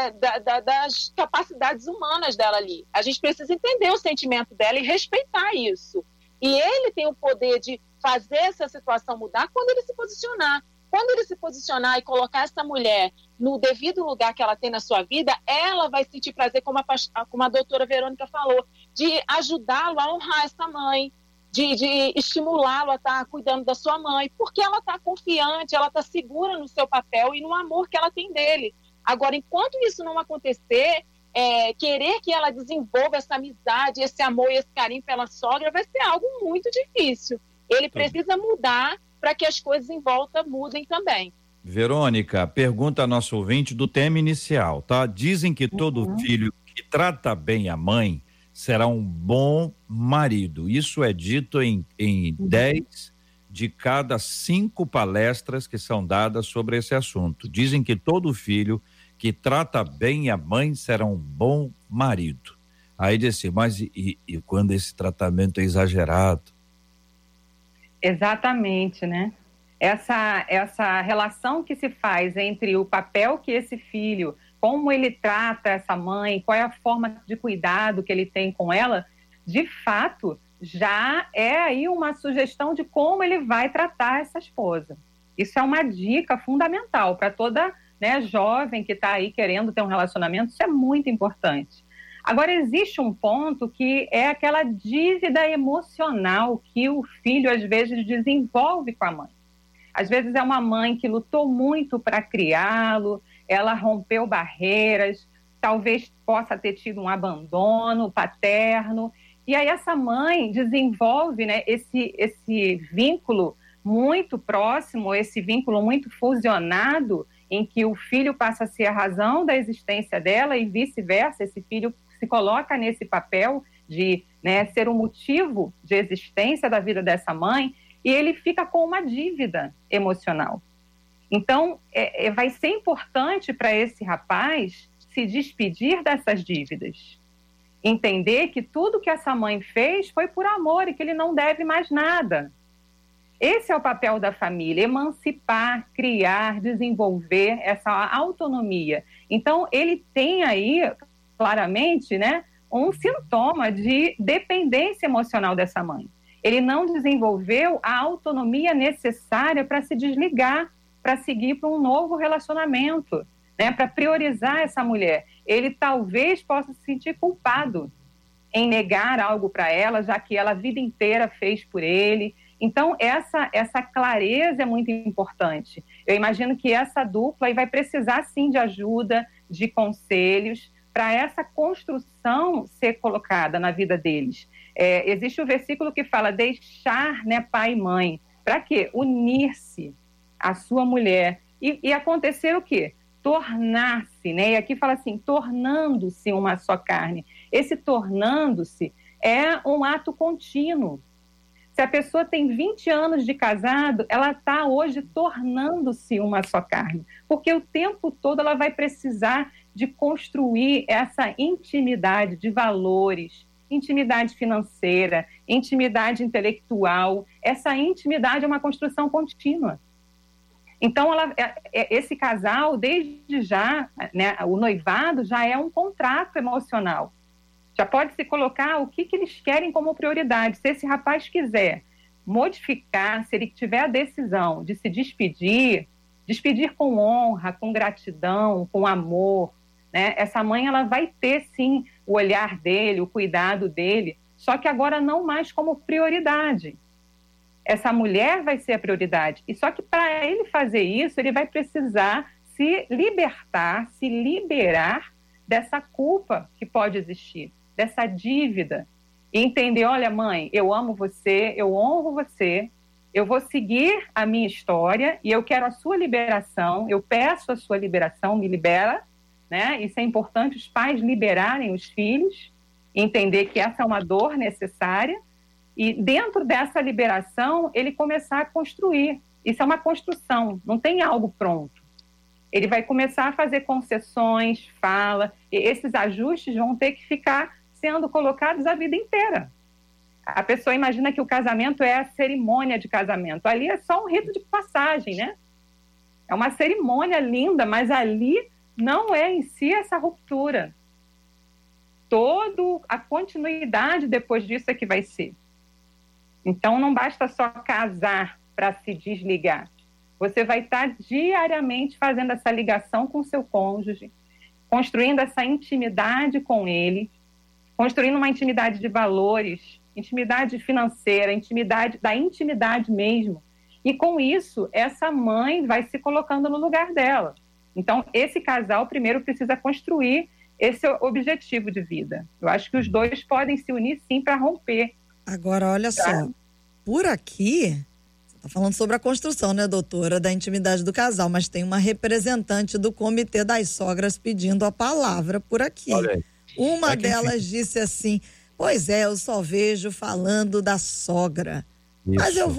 das capacidades humanas dela ali. A gente precisa entender o sentimento dela e respeitar isso. E ele tem o poder de fazer essa situação mudar quando ele se posicionar. Quando ele se posicionar e colocar essa mulher no devido lugar que ela tem na sua vida, ela vai sentir prazer, como a doutora Verônica falou, de ajudá-lo a honrar essa mãe, de estimulá-lo a estar cuidando da sua mãe, porque ela está confiante, ela está segura no seu papel e no amor que ela tem dele. Agora, enquanto isso não acontecer, querer que ela desenvolva essa amizade, esse amor e esse carinho pela sogra vai ser algo muito difícil. Ele precisa mudar para que as coisas em volta mudem também. Verônica, pergunta a nosso ouvinte do tema inicial, tá? Dizem que todo filho que trata bem a mãe será um bom marido. Isso é dito em 10 de cada 5 palestras que são dadas sobre esse assunto. Dizem que todo filho que trata bem a mãe será um bom marido. Aí disse, mas e quando esse tratamento é exagerado? Exatamente, né? Essa relação que se faz entre o papel que esse filho, como ele trata essa mãe, qual é a forma de cuidado que ele tem com ela, de fato, já é aí uma sugestão de como ele vai tratar essa esposa. Isso é uma dica fundamental para toda, né, jovem que está aí querendo ter um relacionamento, isso é muito importante. Agora, existe um ponto que é aquela dívida emocional que o filho, às vezes, desenvolve com a mãe. Às vezes é uma mãe que lutou muito para criá-lo, ela rompeu barreiras, talvez possa ter tido um abandono paterno, e aí essa mãe desenvolve, né, esse vínculo muito próximo, esse vínculo muito fusionado, em que o filho passa a ser a razão da existência dela e vice-versa, esse filho se coloca nesse papel de, né, ser o motivo de existência da vida dessa mãe, e ele fica com uma dívida emocional. Então, vai ser importante para esse rapaz se despedir dessas dívidas. Entender que tudo que essa mãe fez foi por amor e que ele não deve mais nada. Esse é o papel da família, emancipar, criar, desenvolver essa autonomia. Então, ele tem aí, claramente, né, um sintoma de dependência emocional dessa mãe. Ele não desenvolveu a autonomia necessária para se desligar, para seguir para um novo relacionamento, né, para priorizar essa mulher. Ele talvez possa se sentir culpado em negar algo para ela, já que ela a vida inteira fez por ele. Então, essa clareza é muito importante. Eu imagino que essa dupla aí vai precisar, sim, de ajuda, de conselhos, para essa construção ser colocada na vida deles. Existe o versículo que fala deixar, né, pai e mãe. Para quê? Unir-se à sua mulher. E acontecer o quê? tornar-se, né? E aqui fala assim, tornando-se uma só carne. Esse tornando-se é um ato contínuo. Se a pessoa tem 20 anos de casado, ela está hoje tornando-se uma só carne, porque o tempo todo ela vai precisar de construir essa intimidade de valores, intimidade financeira, intimidade intelectual. Essa intimidade é uma construção contínua. Então, esse casal, desde já, né, o noivado já é um contrato emocional. Já pode se colocar o que eles querem como prioridade. Se esse rapaz quiser modificar, se ele tiver a decisão de se despedir com honra, com gratidão, com amor, né? Essa mãe ela vai ter, sim, o olhar dele, o cuidado dele, só que agora não mais como prioridade. Essa mulher vai ser a prioridade. E só que para ele fazer isso, ele vai precisar se libertar, se liberar dessa culpa que pode existir, dessa dívida. E entender, olha, mãe, eu amo você, eu honro você, eu vou seguir a minha história e eu quero a sua liberação, eu peço a sua liberação, me libera, né? Isso é importante, os pais liberarem os filhos, entender que essa é uma dor necessária e dentro dessa liberação ele começar a construir. Isso é uma construção, não tem algo pronto. Ele vai começar a fazer concessões, fala, e esses ajustes vão ter que ficar sendo colocados a vida inteira. A pessoa imagina que o casamento é a cerimônia de casamento. Ali é só um rito de passagem, né? É uma cerimônia linda, mas ali não é em si essa ruptura. Toda a continuidade depois disso é que vai ser. Então, não basta só casar para se desligar. Você vai estar diariamente fazendo essa ligação com o seu cônjuge, construindo essa intimidade com ele, construindo uma intimidade de valores, intimidade financeira, da intimidade mesmo. E com isso, essa mãe vai se colocando no lugar dela. Então, esse casal primeiro precisa construir esse objetivo de vida. Eu acho que os dois podem se unir sim para romper. Agora, olha só, por aqui, você está falando sobre a construção, né, doutora, da intimidade do casal, mas tem uma representante do Comitê das Sogras pedindo a palavra por aqui. Uma delas disse assim, pois é, eu só vejo falando da sogra. Isso. Mas eu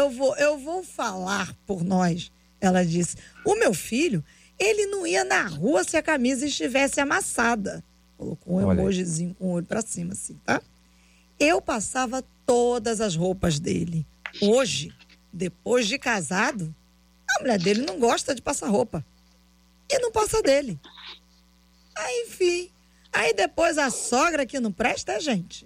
vou falar por nós. Ela disse, o meu filho, ele não ia na rua se a camisa estivesse amassada. Colocou um emojizinho com o olho pra cima, assim, tá? Eu passava todas as roupas dele. Hoje, depois de casado, a mulher dele não gosta de passar roupa. E não passa dele. Aí, enfim. Aí depois a sogra que não presta é gente.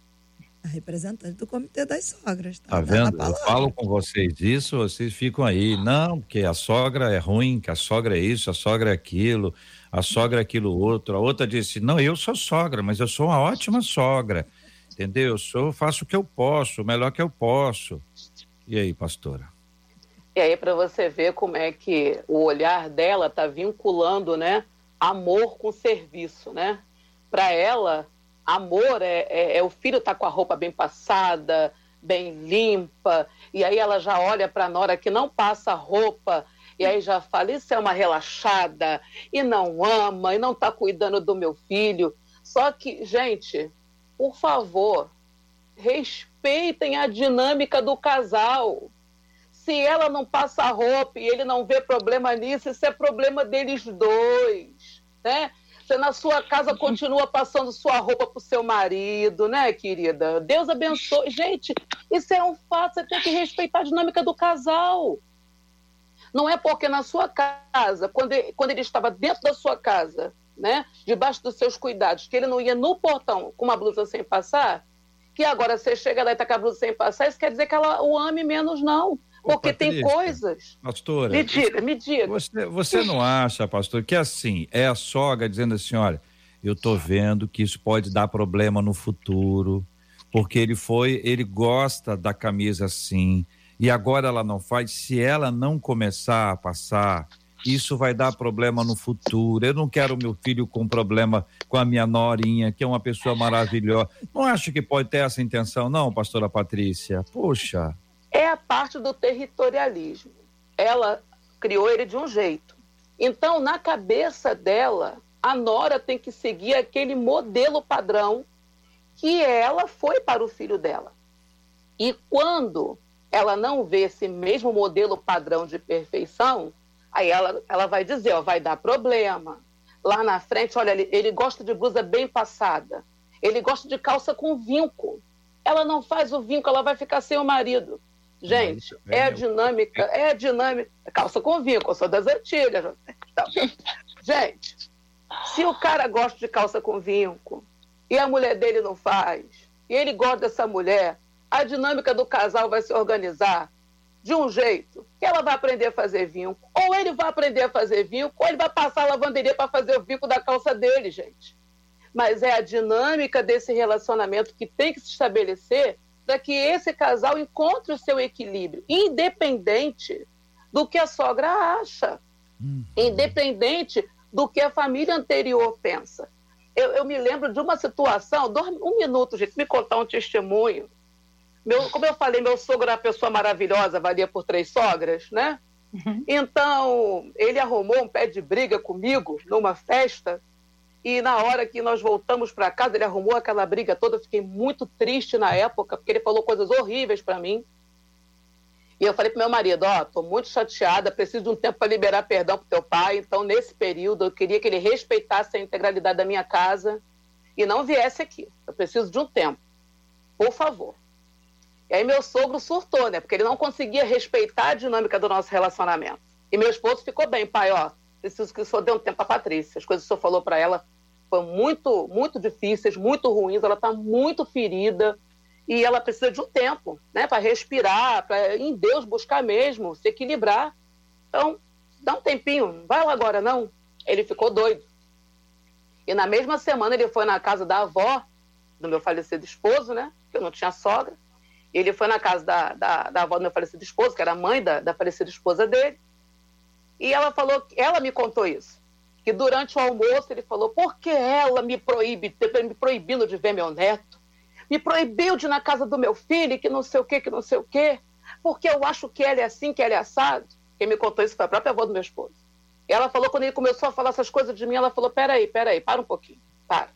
A representante do Comitê das Sogras. Tá vendo? Eu falo com vocês isso, vocês ficam aí. Não, porque a sogra é ruim, que a sogra é isso, a sogra é aquilo, a sogra é aquilo outro. A outra disse, não, eu sou sogra, mas eu sou uma ótima sogra. Entendeu? Eu faço o que eu posso, o melhor que eu posso. E aí, pastora? E aí, para você ver como é que o olhar dela tá vinculando, né, amor com serviço, né? Para ela, amor é o filho tá com a roupa bem passada, bem limpa, e aí ela já olha para a nora que não passa roupa, e aí já fala, isso é uma relaxada, e não ama, e não tá cuidando do meu filho. Só que, gente, por favor, respeitem a dinâmica do casal. Se ela não passa roupa e ele não vê problema nisso, isso é problema deles dois, né? Você na sua casa continua passando sua roupa pro seu marido, né, querida? Deus abençoe. Gente, isso é um fato, você tem que respeitar a dinâmica do casal. Não é porque na sua casa, quando ele estava dentro da sua casa, né, debaixo dos seus cuidados, que ele não ia no portão com uma blusa sem passar, que agora você chega lá e tá com a blusa sem passar, isso quer dizer que ela o ame menos, não. Porque Patrícia, tem coisas... Pastora... Me diga. Você não acha, pastor, que assim, é a sogra dizendo assim, olha, eu tô vendo que isso pode dar problema no futuro, porque ele gosta da camisa assim, e agora ela não faz, se ela não começar a passar, isso vai dar problema no futuro, eu não quero meu filho com problema com a minha norinha, que é uma pessoa maravilhosa. Não acho que pode ter essa intenção, não, pastora Patrícia? Poxa... É a parte do territorialismo. Ela criou ele de um jeito. Então, na cabeça dela, a nora tem que seguir aquele modelo padrão que ela foi para o filho dela. E quando ela não vê esse mesmo modelo padrão de perfeição, aí ela vai dizer, ó, vai dar problema. Lá na frente, olha, ele gosta de blusa bem passada. Ele gosta de calça com vinco. Ela não faz o vinco, ela vai ficar sem o marido. Gente, é dinâmica. Calça com vinco, eu sou das antigas. Então, gente, se o cara gosta de calça com vinco e a mulher dele não faz, e ele gosta dessa mulher, a dinâmica do casal vai se organizar de um jeito que ela vai aprender a fazer vinco, ou ele vai aprender a fazer vinco, ou ele vai passar a lavanderia para fazer o vinco da calça dele, gente. Mas é a dinâmica desse relacionamento que tem que se estabelecer para que esse casal encontre o seu equilíbrio, independente do que a sogra acha, independente do que a família anterior pensa. Eu me lembro de uma situação, um minuto, gente, me contar um testemunho. Como eu falei, meu sogro era uma pessoa maravilhosa, valia por 3 sogras, né? Então, ele arrumou um pé de briga comigo numa festa, e na hora que nós voltamos para casa, ele arrumou aquela briga toda. Eu fiquei muito triste na época, porque ele falou coisas horríveis para mim. E eu falei pro meu marido, ó, tô muito chateada, preciso de um tempo para liberar perdão pro teu pai. Então, nesse período, eu queria que ele respeitasse a integralidade da minha casa e não viesse aqui. Eu preciso de um tempo, por favor. E aí meu sogro surtou, né? Porque ele não conseguia respeitar a dinâmica do nosso relacionamento. E meu esposo ficou bem, pai, ó, preciso que o senhor dê um tempo pra Patrícia. As coisas que o senhor falou para ela foram muito, muito difíceis, muito ruins, ela tá muito ferida. E ela precisa de um tempo, né, para respirar, para em Deus buscar mesmo, se equilibrar. Então, dá um tempinho, não vai lá agora não. Ele ficou doido. E na mesma semana ele foi na casa da avó do meu falecido esposo, né, que eu não tinha sogra. Ele foi na casa da avó do meu falecido esposo, que era a mãe da falecida esposa dele. E ela falou, ela me contou isso, que durante o almoço ele falou, por que ela me proibindo de ver meu neto? Me proibiu de ir na casa do meu filho, que não sei o quê, porque eu acho que ela é assim, que ela é assado. Quem me contou isso foi a própria avó do meu esposo. E ela falou, quando ele começou a falar essas coisas de mim, ela falou, peraí, para um pouquinho, para.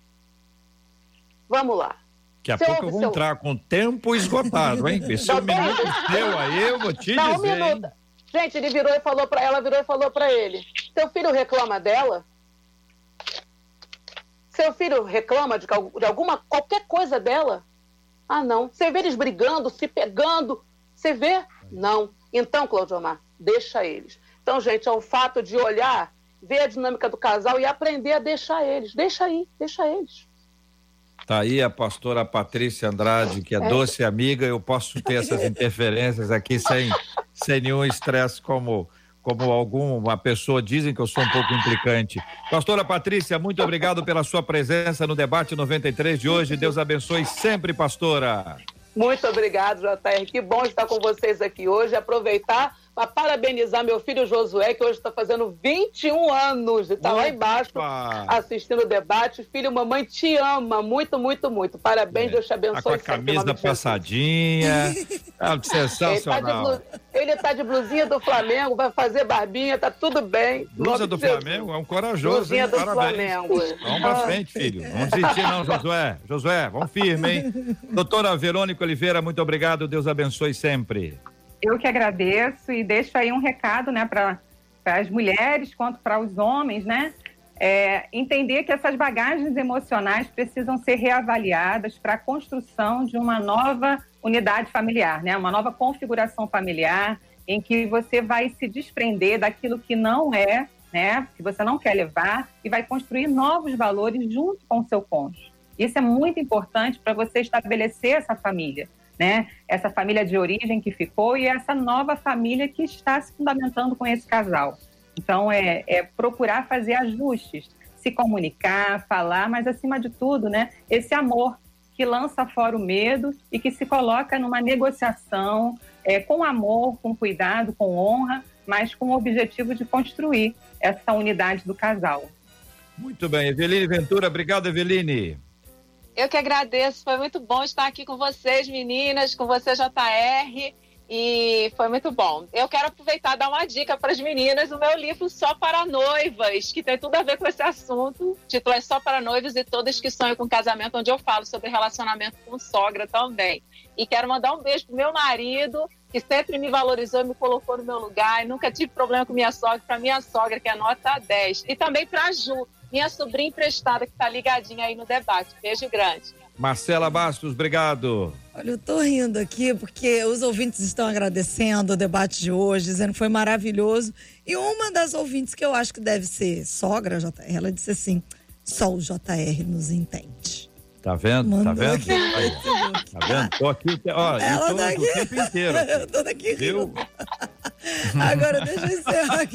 Vamos lá. Daqui a pouco eu vou entrar com o tempo esgotado, hein? Esse é um minuto seu aí, eu vou te dizer, hein? Gente, ele virou e falou para ele, seu filho reclama dela? Seu filho reclama de qualquer coisa dela? Ah, não. Você vê eles brigando, se pegando? Você vê? Não. Então, Cláudio Omar, deixa eles. Então, gente, é o fato de olhar, ver a dinâmica do casal e aprender a deixar eles. Deixa eles. Tá aí a pastora Patrícia Andrade, que é doce amiga. Eu posso ter essas interferências aqui sem nenhum estresse como alguma pessoa, dizem que eu sou um pouco implicante. Pastora Patrícia, muito obrigado pela sua presença no Debate 93 de hoje. Deus abençoe sempre, pastora. Muito obrigado, JR. Que bom estar com vocês aqui hoje. Aproveitar para parabenizar meu filho Josué, que hoje está fazendo 21 anos e está lá embaixo assistindo o debate. Filho, mamãe te ama muito, muito, muito. Parabéns, Deus te abençoe. Tá com a camisa passadinha, sensacional. Ele tá de blusinha do Flamengo, vai fazer barbinha, tá tudo bem. Blusa do Flamengo, é um corajoso. Blusinha do Flamengo. Vamos pra frente, filho. Não desistir não, Josué, vamos firme, hein? Doutora Verônica Oliveira, muito obrigado, Deus abençoe sempre. Eu que agradeço e deixo aí um recado, né, para as mulheres quanto para os homens, né? Entender que essas bagagens emocionais precisam ser reavaliadas para a construção de uma nova unidade familiar, né? Uma nova configuração familiar em que você vai se desprender daquilo que não é, né? Que você não quer levar e vai construir novos valores junto com o seu cônjuge. Isso é muito importante para você estabelecer essa família, né? Essa família de origem que ficou e essa nova família que está se fundamentando com esse casal. Então, é procurar fazer ajustes, se comunicar, falar, mas acima de tudo, né? Esse amor que lança fora o medo e que se coloca numa negociação com amor, com cuidado, com honra, mas com o objetivo de construir essa unidade do casal. Muito bem, Eveline Ventura, obrigado, Eveline. Eu que agradeço, foi muito bom estar aqui com vocês, meninas, com você, JR. E foi muito bom. Eu quero aproveitar e dar uma dica para as meninas, o meu livro Só para Noivas, que tem tudo a ver com esse assunto. O título é Só para Noivas e Todas que Sonham com Casamento, onde eu falo sobre relacionamento com sogra também. E quero mandar um beijo pro meu marido, que sempre me valorizou e me colocou no meu lugar. E nunca tive problema com minha sogra, para minha sogra, que é nota 10. E também para a Ju, minha sobrinha emprestada, que está ligadinha aí no debate. Beijo grande. Marcela Bastos, obrigado. Olha, eu tô rindo aqui porque os ouvintes estão agradecendo o debate de hoje, dizendo que foi maravilhoso. E uma das ouvintes, que eu acho que deve ser sogra, JR, ela disse assim: só o JR nos entende. Tá vendo? Mandou tá vendo? aqui Aí, tá vendo? Tô aqui, ó, ela tô tá aqui. o tempo inteiro. Eu tô daqui rindo. Agora deixa eu encerrar aqui.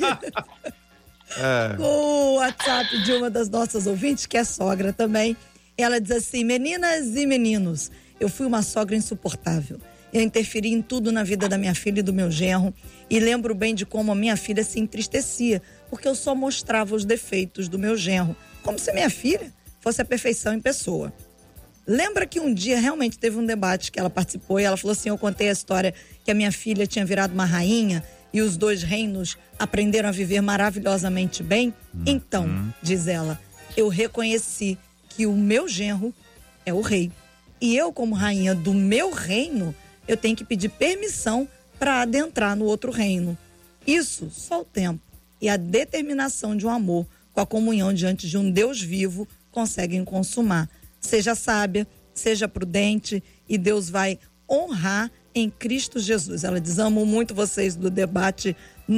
Com o WhatsApp de uma das nossas ouvintes, que é sogra também. Ela diz assim: meninas e meninos, eu fui uma sogra insuportável. Eu interferi em tudo na vida da minha filha e do meu genro, e lembro bem de como a minha filha se entristecia, porque eu só mostrava os defeitos do meu genro, como se minha filha fosse a perfeição em pessoa. Lembra que um dia realmente teve um debate que ela participou e ela falou assim: eu contei a história que a minha filha tinha virado uma rainha e os 2 reinos aprenderam a viver maravilhosamente bem? Então, diz ela, eu reconheci que o meu genro é o rei. E eu, como rainha do meu reino, eu tenho que pedir permissão para adentrar no outro reino. Isso só o tempo e a determinação de um amor com a comunhão diante de um Deus vivo conseguem consumar. Seja sábia, seja prudente e Deus vai honrar em Cristo Jesus. Ela diz: amo muito vocês do debate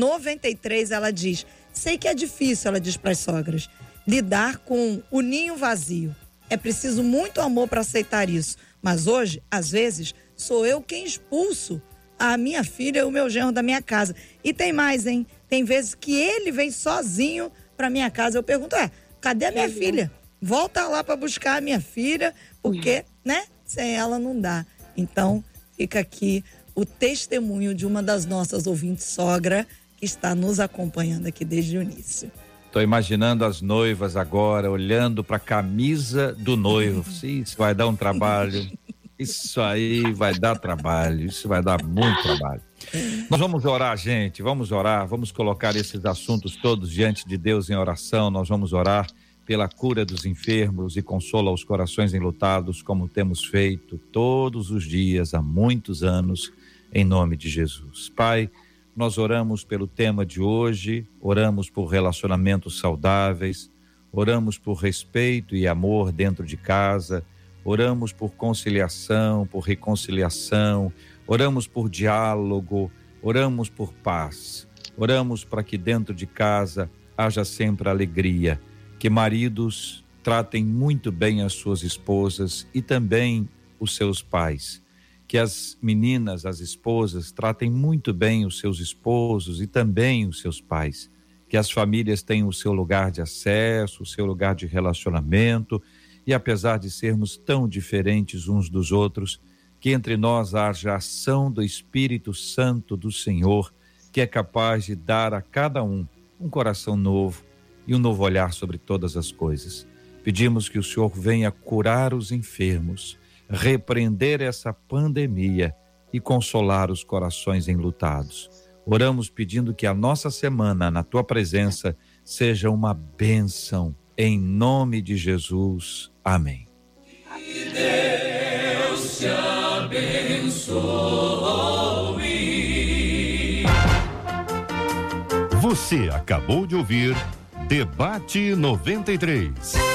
93. Ela diz: sei que é difícil, ela diz para as sogras, lidar com o ninho vazio. É preciso muito amor para aceitar isso. Mas hoje, às vezes, sou eu quem expulso a minha filha e o meu genro da minha casa. E tem mais, hein? Tem vezes que ele vem sozinho para minha casa. Eu pergunto: cadê a minha filha? Volta lá para buscar a minha filha, porque, né? Sem ela não dá. Então, fica aqui o testemunho de uma das nossas ouvintes sogra, que está nos acompanhando aqui desde o início. Tô imaginando as noivas agora, olhando para a camisa do noivo. Isso vai dar um trabalho. Isso aí vai dar trabalho. Isso vai dar muito trabalho. Nós vamos orar, gente. Vamos orar. Vamos colocar esses assuntos todos diante de Deus em oração. Nós vamos orar pela cura dos enfermos e consola os corações enlutados, como temos feito todos os dias há muitos anos, em nome de Jesus. Pai, nós oramos pelo tema de hoje, oramos por relacionamentos saudáveis, oramos por respeito e amor dentro de casa, oramos por conciliação, por reconciliação, oramos por diálogo, oramos por paz, oramos para que dentro de casa haja sempre alegria, que maridos tratem muito bem as suas esposas e também os seus pais. Que as meninas, as esposas, tratem muito bem os seus esposos e também os seus pais. Que as famílias tenham o seu lugar de acesso, o seu lugar de relacionamento. E apesar de sermos tão diferentes uns dos outros, que entre nós haja a ação do Espírito Santo do Senhor, que é capaz de dar a cada um coração novo e um novo olhar sobre todas as coisas. Pedimos que o Senhor venha curar os enfermos, repreender essa pandemia e consolar os corações enlutados. Oramos pedindo que a nossa semana na Tua presença seja uma bênção, em nome de Jesus. Amém. Que Deus te abençoe. Você acabou de ouvir Debate 93.